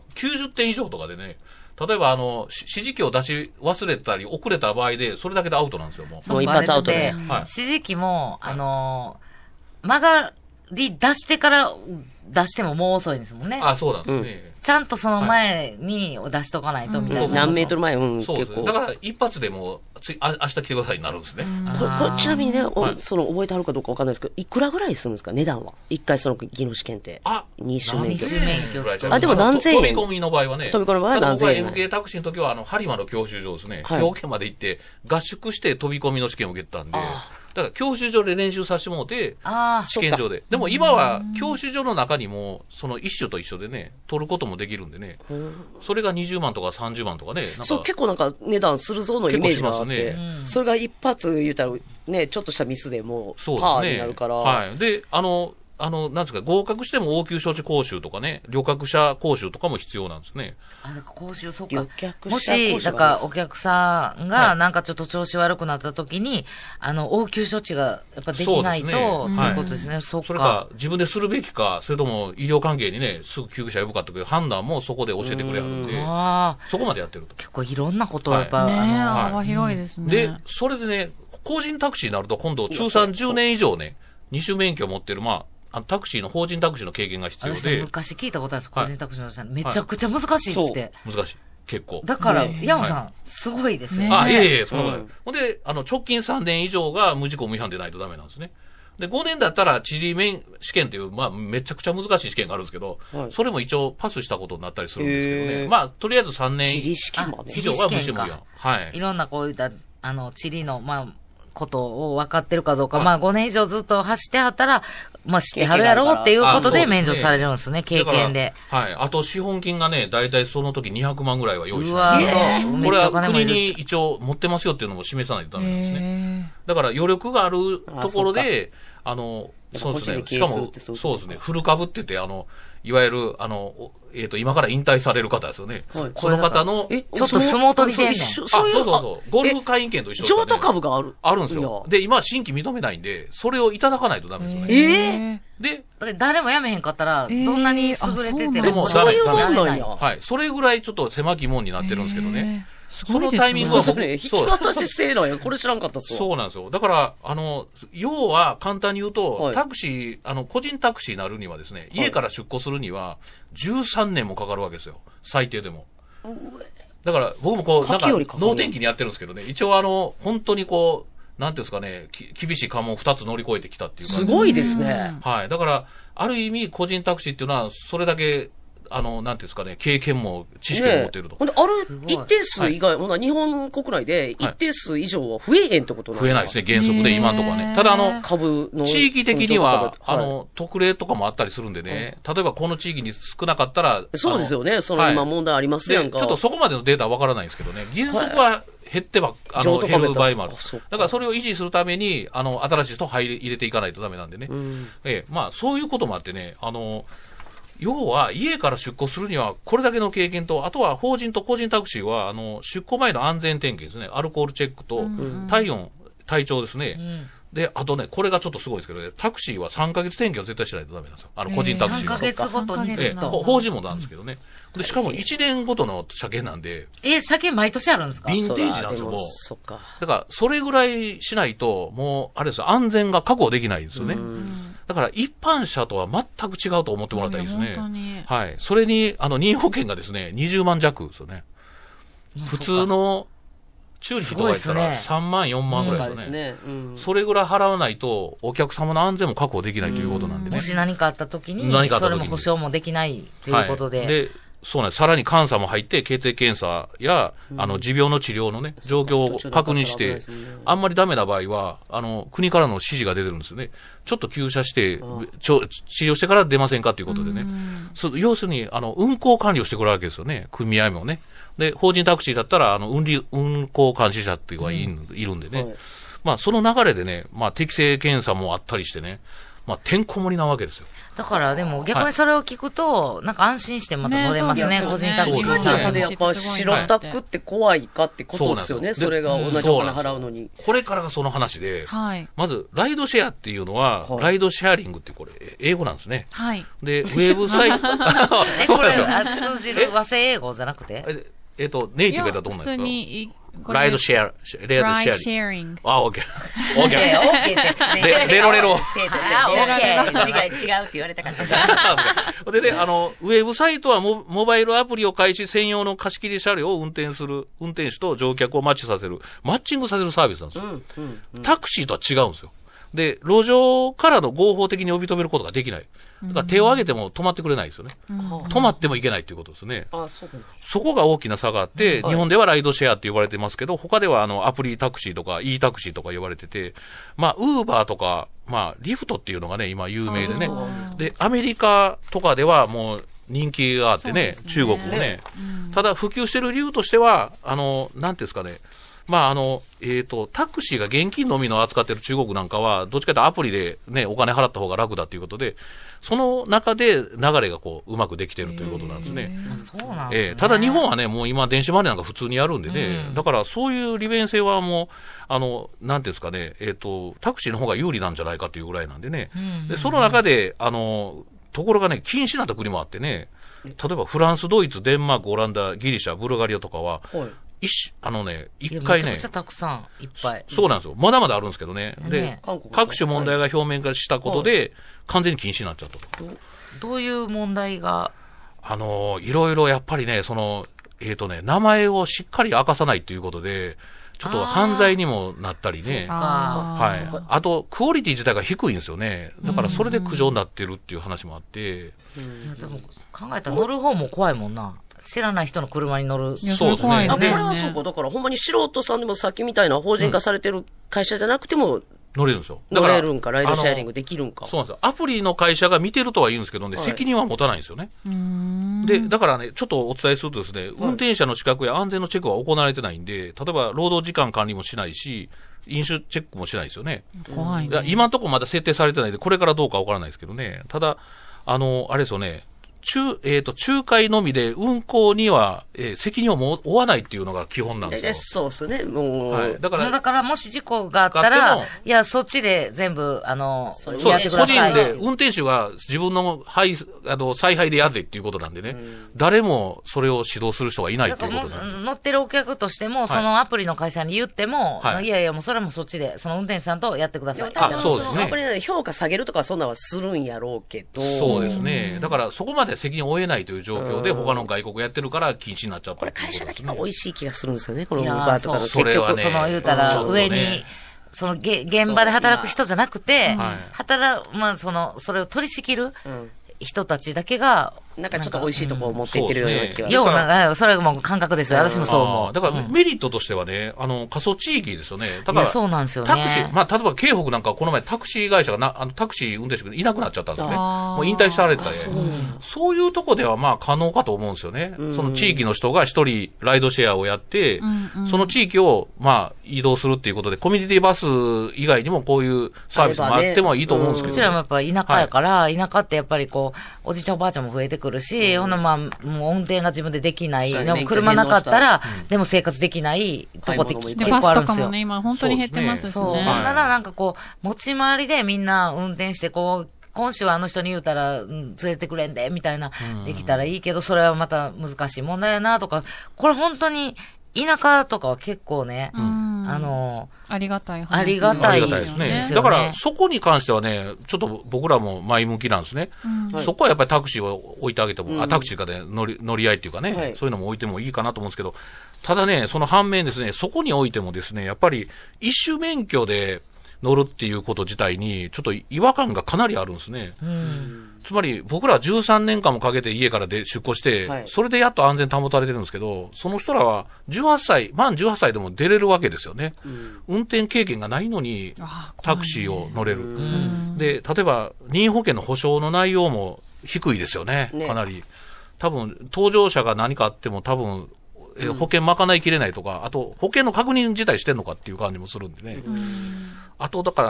90点以上とかでね、例えば指示器を出し忘れたり遅れた場合で、それだけでアウトなんですよ、もう。 もう一発アウトで。 指示器も、曲がり出してから出してももう遅いんですもんね。 そうなんですね。 ちゃんとその前に出しとかないとみたいな。 何メートル前、 結構。だから一発でも明日来てくださいになるんですね。 ちなみにね、覚えてあるかどうかわかんないですけど、いくらぐらいするんですか値段は。一回その技能試験って。2種免許。 でも何千円。飛び込みの場合はね。 飛び込みの場合は何千円。 僕は MK タクシーの時は播磨の教習所ですね。兵庫県まで行って合宿して飛び込みの試験を受けてたんで。だから教習所で練習させてもらって、試験場で。でも今は教習所の中にも、その一種と一緒でね、取ることもできるんでね。それが20万とか30万とかね。 そう、結構なんか値段するぞのイメージがあって。それが一発言うたら、ね、ちょっとしたミスでもパーになるから。 はい。で、なんですか、合格しても応急処置講習とかね、旅客者講習とかも必要なんですね。 だから講習、そうか。もし、だからお客さんがなんかちょっと調子悪くなった時に、応急処置がやっぱできないと、っていうことですね。そうか。 それか、自分でするべきか、それとも医療関係にね、すぐ救急車呼ぶかという判断もそこで教えてくれはるんで、そこまでやってると。 結構いろんなことはやっぱ、 幅広いですね。 で、それでね、個人タクシーになると今度通算10年以上ね、2種免許を持ってる、タクシーの、法人タクシーの経験が必要で。 私昔聞いたことあるんです、個人タクシーの人めちゃくちゃ難しいっつって。 難しい。結構。 だから、山さん、すごいですよね。 いえ、そんなことない。ほんで、直近3年以上が無事故無違反でないとダメなんですね。で、5年だったら、地理免試験っていう、めちゃくちゃ難しい試験があるんですけど、それも一応パスしたことになったりするんですけどね。とりあえず3年以上は無事故無違反。 はい。いろんなこういった、地理の、 ことを分かってるかどうか、まあ5年以上ずっと走ってはったら、まあ知ってはるやろうっていうことで免除されるんですね、経験で。 はい。あと資本金がね、だいたいその時200万ぐらいは用意してうわそう。 これは国に一応持ってますよっていうのも示さないとダメなんですね。だから余力があるところで、そうですね。しかも、そうですね。フル株って言って、いわゆる、今から引退される方ですよね。その方の、 ちょっと相撲取りでんねん。 そうそう。ゴルフ会員権と一緒ですね。 譲渡株がある。 あるんですよ。で、今、新規認めないんで、それをいただかないとダメですよね。で、 誰も辞めへんかったら、どんなに優れてても、 そういうもんなんや。 はい。それぐらいちょっと狭き門になってるんですけどね。そのタイミングは引き渡し制なんや。これ知らんかったっすそうなんですよ。だから、要は簡単に言うと、タクシー、個人タクシーになるにはですね、家から出庫するには、13年もかかるわけですよ。最低でも。だから、僕もこう、なんか、能天気にやってるんですけどね、一応本当にこう、なんていうんですかね、厳しい関門2つ乗り越えてきたっていうか。 すごいですね。 はい。だから、ある意味、個人タクシーっていうのは、それだけ、なんていうんですかね、経験も知識も持っていると。 ほんで、ある一定数以外、日本国内で一定数以上は増えへんってことなんですか？ 増えないですね、原則で、今のところはね。ただ株の。 地域的には、特例とかもあったりするんでね、例えばこの地域に少なかったら。 そうですよね、今問題ありますやんか。 ちょっとそこまでのデータはわからないんですけどね、原則は減っては、減る場合もある。だからそれを維持するために、新しい人を入れていかないとダメなんでね。まあ、そういうこともあってね、要は、家から出庫するには、これだけの経験と、あとは法人と個人タクシーは、出庫前の安全点検ですね。アルコールチェックと、体温、体調ですね。で、あとね、これがちょっとすごいですけどね、タクシーは3ヶ月点検を絶対しないとダメなんですよ。個人タクシーは。 3ヶ月ごとにずっと。 法人もなんですけどね。で、しかも1年ごとの車検なんで。 車検毎年あるんですか？ ヴィンテージなんですよ、もう。 そっか。 だから、それぐらいしないと、もう、あれですよ、安全が確保できないんですよね。だから、一般車とは全く違うと思ってもらったらいいですね。はい。それに、任意保険がですね、20万弱ですよね。普通の、中日とか言ったら3万、4万ぐらいですよね。それぐらい払わないと、お客様の安全も確保できないということなんでね。 もし何かあった時に、それも保証もできないということで。 で、そうなんです。さらに監査も入って、血液検査や、持病の治療のね、状況を確認して、あんまりダメな場合は、国からの指示が出てるんですよね。ちょっと休車して、治療してから出ませんかということでね。要するに、運行管理をしてくれるわけですよね。組合もね。で、法人タクシーだったら、運行監視者っていうのがいるんでね。まあ、その流れでね、まあ、適正検査もあったりしてね。まあ、てんこ盛りなわけですよ。 だからでも逆にそれを聞くと、なんか安心してまた乗れますね、個人タクシーさんでやっぱ白タクって怖いかってことですよね。それが同じお金払うのに。 これからがその話で、まず、ライドシェアっていうのは、ライドシェアリングってこれ、英語なんですね。で、ウェブサイト。 そうですよ。通じる和製英語じゃなくてネイティブだとどうなんですか？ 普通に、 ライドシェア、 ライドシェアリング。 あ、オッケー。オッケー。 レロ。違うって言われたかった。 でね、ウェブサイトはモバイルアプリを開始専用の貸し切り車両を運転する運転手と乗客をマッチさせる、マッチングさせるサービスなんですよ。タクシーとは違うんですよ。で、路上からの合法的に呼び止めることができない。だから手を挙げても止まってくれないですよね。止まってもいけないということですね。そこが大きな差があって、日本ではライドシェアって呼ばれてますけど、他ではアプリタクシーとか e タクシーとか呼ばれてて、まあ、ウーバーとか、まあ、リフトっていうのがね、今有名でね。で、アメリカとかではもう人気があってね、中国もね。ただ普及してる理由としては、なんていうんですかね、まあ、タクシーが現金のみの扱ってる中国なんかは、どっちかというとアプリでね、お金払った方が楽だということで、その中で流れがこう、うまくできてるということなんですね。 そうなんですね。 ただ日本はね、もう今電子マネーなんか普通にやるんでね、だからそういう利便性はもう、なんていうんですかね、タクシーの方が有利なんじゃないかというぐらいなんでね。で、その中で、ところがね、禁止になった国もあってね、例えばフランス、ドイツ、デンマーク、オランダ、ギリシャ、ブルガリアとかは、一回ね。めちゃくちゃたくさん、いっぱい。 そうなんですよ。まだまだあるんですけどね。で、各種問題が表面化したことで、完全に禁止になっちゃったと。 どういう問題が？ いろいろやっぱりね、名前をしっかり明かさないということで、ちょっと犯罪にもなったりね。はい。あと、クオリティ自体が低いんですよね。だからそれで苦情になってるっていう話もあって。 いや、でも考えたら乗る方も怖いもんな。 知らない人の車に乗る。 そうですね。 これはそうか。だからほんまに素人さんでもさっきみたいな法人化されてる会社じゃなくても、 乗れるんですよ。 乗れるんか、ライドシェアリングできるんか。 そうなんですよ。アプリの会社が見てるとは言うんですけどね、責任は持たないんですよね。で、だからね、ちょっとお伝えするとですね、運転者の資格や安全のチェックは行われてないんで、例えば労働時間管理もしないし、飲酒チェックもしないですよね。 怖いね。 いや、今のところまだ設定されてないんで、これからどうかわからないですけどね。ただ、あれですよね。仲介のみで運行には、責任を負わないっていうのが基本なんですよ。 そうですね、もう。 はい。だからもし事故があったら、いや、そっちで全部、 そうやってください。 個人で、運転手が自分の采配でやれっていうことなんでね、誰もそれを指導する人がいないっていうことなんです。 乗ってるお客としても、そのアプリの会社に言っても、いやいや、もうそれもそっちで、その運転手さんとやってください。 そうですね。 アプリで評価下げるとかそんなはするんやろうけど。 そうですね。だから、そこまで責任を負えないという状況で、他の外国やってるから禁止になっちゃった。 これ会社だけが美味しい気がするんですよね、このウーバーとかの結局。 言うたら、上に、現場で働く人じゃなくて、それを取り仕切る人たちだけが、 なんかちょっと美味しいとこを持っていってるような気は。 それがもう感覚ですよ。私もそう思う。 だからメリットとしてはね、過疎地域ですよね。だから、 そうなんですよね。 タクシー、例えば京北なんかこの前タクシー会社がタクシー運転手がいなくなっちゃったんですね。もう引退されてたそういうとこでは可能かと思うんですよね。その地域の人が一人ライドシェアをやって、その地域を移動するっていうことで、コミュニティバス以外にもこういうサービスもあってもいいと思うんですけど。 こちらもやっぱ田舎やから、田舎ってやっぱりおじいちゃんおばあちゃんも増えてくるし、ほんなもう運転が自分でできない。でも車なかったら、でも生活できないとこって結構あるんですよ。 バスとかもね、今本当に減ってますしね。 そう。ほんなら持ち回りでみんな運転して今週はあの人に言うたら、連れてくれんで、みたいな、できたらいいけど、それはまた難しい問題やなとか、これ本当に、田舎とかは結構ね、 ありがたい話。 ありがたいですね。 だから、そこに関してはね、ちょっと僕らも前向きなんですね。そこはやっぱりタクシーを置いてあげても、タクシーかね、乗り合いっていうかね、そういうのも置いてもいいかなと思うんですけど、ただね、その反面ですね、そこにおいてもですね、やっぱり、一種免許で乗るっていうこと自体に、ちょっと違和感がかなりあるんですね。つまり、僕らは13年間もかけて家から出庫して、それでやっと安全保たれてるんですけど、その人らは満18歳でも出れるわけですよね。運転経験がないのに、タクシーを乗れる。で、例えば、任意保険の保証の内容も低いですよね。かなり。多分、搭乗者が何かあっても多分、保険賄いきれないとか、あと、保険の確認自体してんのかっていう感じもするんでね。あと、だから、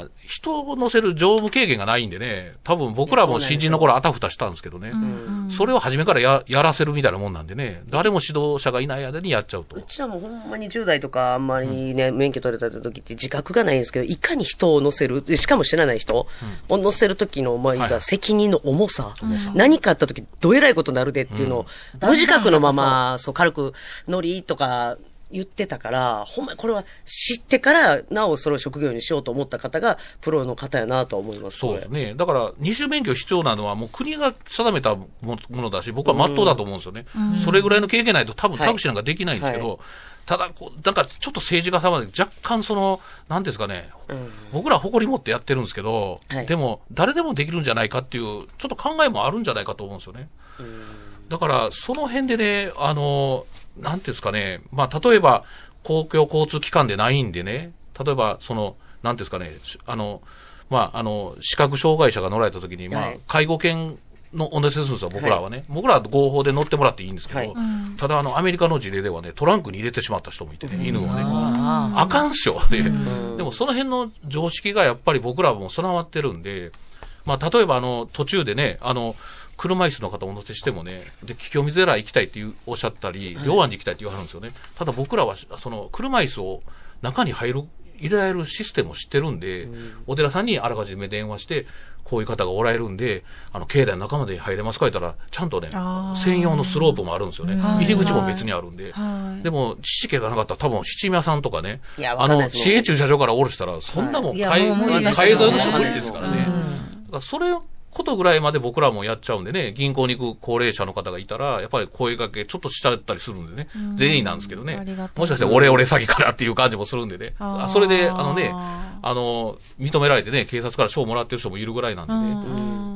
人を乗せる乗務経験がないんでね、多分僕らも新人の頃あたふたしたんですけどね、それを初めからやらせるみたいなもんなんでね、誰も指導者がいない間にやっちゃうと。 うちらもほんまに10代とかあんまりね、免許取れた時って自覚がないんですけど、いかに人を乗せる、しかも知らない人を乗せる時の、責任の重さ、何かあった時どえらいことになるでっていうのを、無自覚のまま、軽く乗りとか、言ってたから、ほんまにこれは知ってから、なおそれを職業にしようと思った方が、プロの方やなと思います。 そうですね。だから、二種免許必要なのは、もう国が定めたものだし、僕は真っ当だと思うんですよね。それぐらいの経験ないと多分タクシーなんかできないんですけど、ただ、なんかちょっと政治家様で若干なんですかね、僕ら誇り持ってやってるんですけど、でも、誰でもできるんじゃないかっていう、ちょっと考えもあるんじゃないかと思うんですよね。だから、その辺でね、なんていうんですかね、例えば、公共交通機関でないんでね、例えば、なんていうんですかね、視覚障害者が乗られたときに、介護犬のお乗せするんですよ、僕らはね。僕らは合法で乗ってもらっていいんですけど、ただアメリカの事例ではね、トランクに入れてしまった人もいてね、犬をね。あかんっすよ。でもその辺の常識がやっぱり僕らも備わってるんで、例えば途中でね、車椅子の方をお乗せしてもね、で、清水寺行きたいっておっしゃったり、龍安寺行きたいって言わはるんですよね。ただ僕らは、車椅子を中に入れられるシステムを知ってるんで、お寺さんにあらかじめ電話して、こういう方がおられるんで、境内の中まで入れますか言ったら、ちゃんとね、専用のスロープもあるんですよね。入り口も別にあるんで。でも、知識がなかったら多分七宮さんとかね、市営駐車場から降ろしたら、そんなもん改ざんの人無理ですからね。だからそれことぐらいまで僕らもやっちゃうんでね、銀行に行く高齢者の方がいたら、やっぱり声掛けちょっとしちゃったりするんでね、善意なんですけどね、もしかしてオレオレ詐欺からっていう感じもするんでね、それで認められてね、警察から賞もらってる人もいるぐらいなんでね、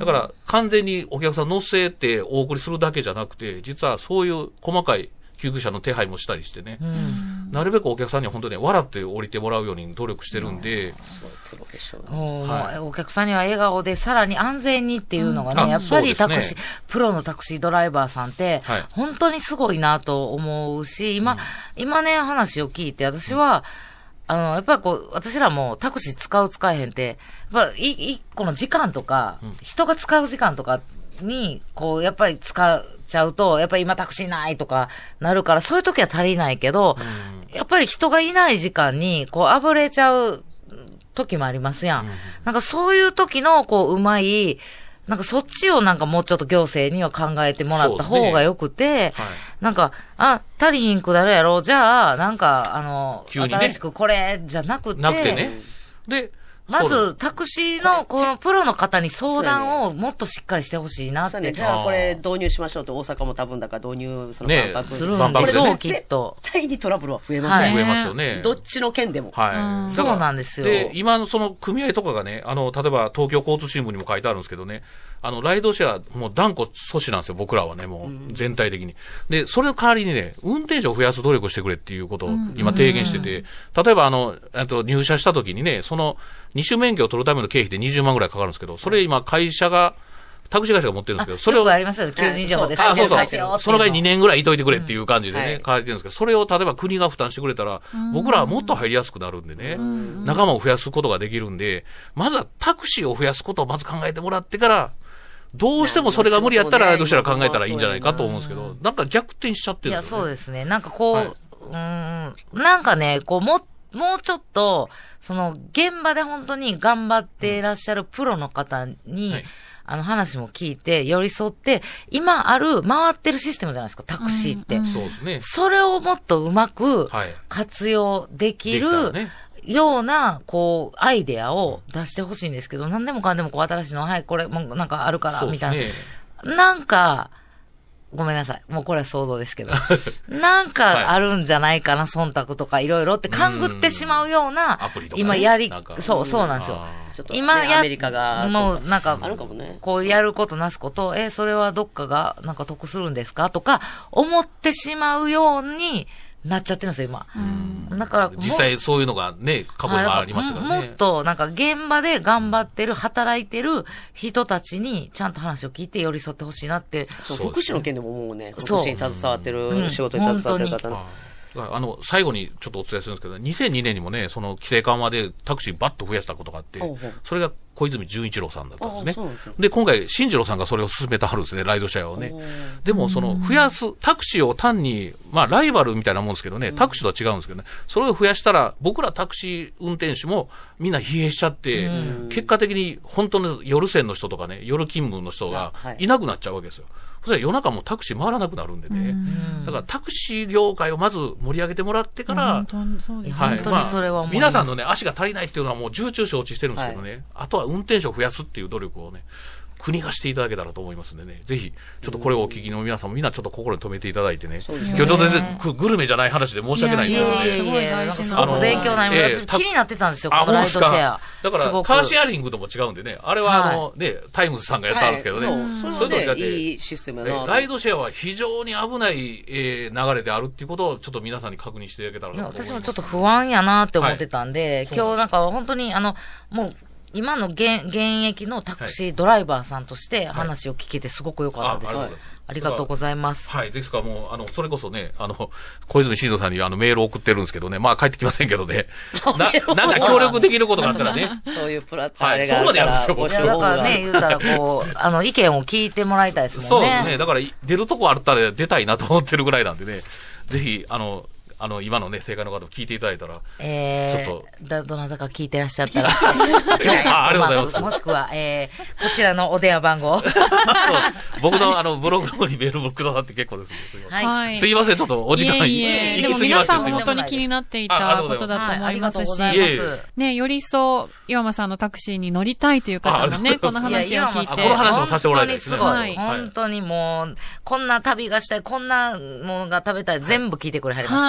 だから完全にお客さん乗せてお送りするだけじゃなくて、実はそういう細かい救急車の手配もしたりしてね、なるべくお客さんには本当に笑って降りてもらうように努力してるんで、 お客さんには笑顔でさらに安全にっていうのがね、やっぱりプロのタクシードライバーさんって、本当にすごいなと思うし、今ね、話を聞いて、私は、やっぱり私らもタクシー使えへんって、やっぱ一個の時間とか、人が使う時間とかに、やっぱり使っちゃうと、やっぱり今タクシーないとかなるから、そういう時は足りないけど、やっぱり人がいない時間に、あぶれちゃう時もありますやん。なんかそういう時の、うまい、なんかそっちをなんかもうちょっと行政には考えてもらった方がよくて、なんか、足りひんくなるやろ、じゃあ、なんか、 急にね、 新しくこれじゃなくて、 ね。で、 まず、タクシーの、このプロの方に相談をもっとしっかりしてほしいなって。 じゃあこれ導入しましょうと、大阪も多分だから導入する万博するんでしょう、きっと。 絶対にトラブルは増えません。 増えますよね。 どっちの県でも。 はい。 そうなんですよ。 で、今のその組合とかがね、例えば東京交通新聞にも書いてあるんですけどね、ライドシェア、もう断固阻止なんですよ、僕らはね、もう、全体的に。で、それの代わりにね、運転手を増やす努力をしてくれっていうことを今提言してて、例えば入社した時にね、その、二種免許を取るための経費で20万ぐらいかかるんですけど、それ今タクシー会社が持ってるんですけど、それを。 よくありますよ、求人情報です。 そう。その代わり2年ぐらいいといてくれっていう感じでね、書いてるんですけど、それを例えば国が負担してくれたら、僕らはもっと入りやすくなるんでね、仲間を増やすことができるんで、まずはタクシーを増やすことをまず考えてもらってから、どうしてもそれが無理やったら、ライドシェア考えたらいいんじゃないかと思うんですけど、なんか逆転しちゃってるんですよね。 いや、そうですね。なんかなんかね、もうちょっと、現場で本当に頑張っていらっしゃるプロの方に、話も聞いて、寄り添って、今回ってるシステムじゃないですか、タクシーって。 そうですね。 それをもっとうまく活用できるような、アイデアを出してほしいんですけど、何でもかんでも新しいの、はい、これもなんかあるから、みたいな。なんか、ごめんなさい。もうこれは想像ですけど。なんかあるんじゃないかな、忖度とかいろいろって勘ぐってしまうような、今そうなんですよ。今アメリカが、 もうなんか、やることなすこと、それはどっかがなんか得するんですかとか、思ってしまうようになっちゃってるんですよ、今。だから、 実際そういうのがね、過去にありましたからね。 もっと、なんか現場で頑張ってる、働いてる人たちに、ちゃんと話を聞いて寄り添ってほしいなって。 福祉の件でももうね、福祉に携わってる、仕事に携わってる方の。 最後にちょっとお伝えするんですけど、2002年にもね、その規制緩和でタクシーバッと増やしたことがあって、それが小泉純一郎さんだったんですね。で、今回、新次郎さんがそれを進めてはるんですね、ライドシェアをね。でも、増やす、タクシーを単に、ライバルみたいなもんですけどね、タクシーとは違うんですけどね、それを増やしたら、僕らタクシー運転手もみんな疲弊しちゃって、結果的に本当の夜線の人とかね、夜勤務の人がいなくなっちゃうわけですよ。そしたら夜中もタクシー回らなくなるんでね。だからタクシー業界をまず盛り上げてもらってから、 本当にそれは思います。 皆さんのね、足が足りないっていうのはもう重々承知してるんですけどね、あとは運転手を増やすっていう努力をね、国がしていただけたらと思いますんでね、ぜひ、ちょっとこれをお聞きの皆さんもみんなちょっと心に留めていただいてね、今日ちょっと全然グルメじゃない話で申し訳ないんですけどね。 すごい大事な。勉強になります。気になってたんですよ、このライドシェア。 だから、カーシェアリングとも違うんでね、あれはタイムズさんがやったんですけどね、 そういうのいいシステムやな。 ライドシェアは非常に危ない流れであるっていうことをちょっと皆さんに確認していただけたらと思います。 私もちょっと不安やなって思ってたんで、今日なんか本当にもう、今の現役のタクシードライバーさんとして話を聞けてすごく良かったです。ありがとうございます。 はい。ですからもう、それこそね、小泉進藤さんにメールを送ってるんですけどね、帰ってきませんけどね。なんか協力できることがあったらね。 そういうプラットフォームはい。そこまでやるんですよ、僕。 だからね、言うたら意見を聞いてもらいたいですもんね。 そうですね。だから、出るとこあったら出たいなと思ってるぐらいなんでね、ぜひ、今のね、正解の方を聞いていただいたら、ちょっと。どなたか聞いてらっしゃったら。 ありがとうございます。 もしくは、こちらのお電話番号。 僕のブログの方にメールもくださって結構ですね。 はい。 すいません、ちょっとお時間行き過ぎました。 でも皆さん本当に気になっていたことだと思いますし、ね、より一層、岩間さんのタクシーに乗りたいという方もね、この話を聞いて。 この話もさせてもらいたいですね。 本当にもう、こんな旅がしたい、こんなものが食べたい、全部聞いてくれはりますから。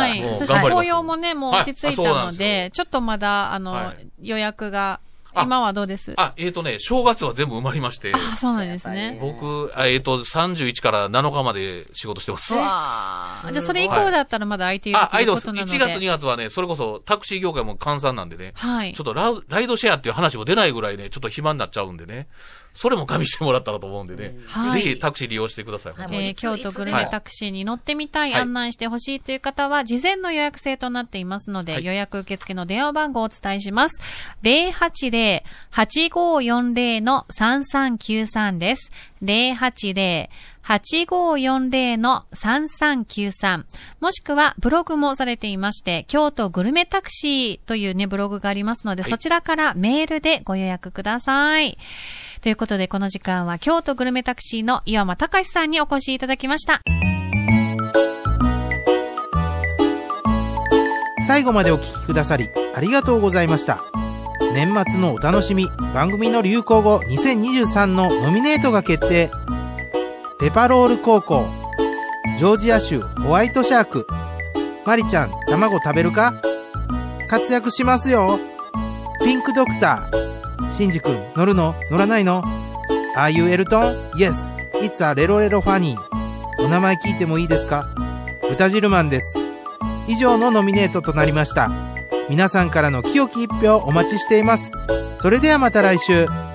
そして紅葉もね、もう落ち着いたので、ちょっとまだ、予約が今はどうです？ 正月は全部埋まりまして。 そうなんですね。 僕、31から7日まで仕事してます。 じゃあそれ以降だったらまだ空いているということなので。 1月2月はね、それこそタクシー業界も閑散なんでね。 はい。 ちょっとライドシェアっていう話も出ないぐらいね、ちょっと暇になっちゃうんでね。それも加味してもらったらと思うんでね。ぜひタクシー利用してください。 京都グルメタクシーに乗ってみたい、案内してほしいという方は、事前の予約制となっていますので、予約受付の電話番号をお伝えします。080-8540-3393 です。080-8540-3393。もしくはブログもされていまして、京都グルメタクシーというね、ブログがありますので、そちらからメールでご予約ください。ということで、この時間は京都グルメタクシーの岩間隆さんにお越しいただきました。 最後までお聞きくださりありがとうございました。年末のお楽しみ、番組の流行語2023のノミネートが決定。ペパロール高校、ジョージア州ホワイトシャーク、マリちゃん卵食べるか？活躍しますよ。ピンクドクター、シンジ君乗るの？乗らないの？ Are you エルトン？ Yes, it's a レロレロファニー。お名前聞いてもいいですか？豚汁マンです。以上のノミネートとなりました。皆さんからの清き一票お待ちしています。それではまた来週。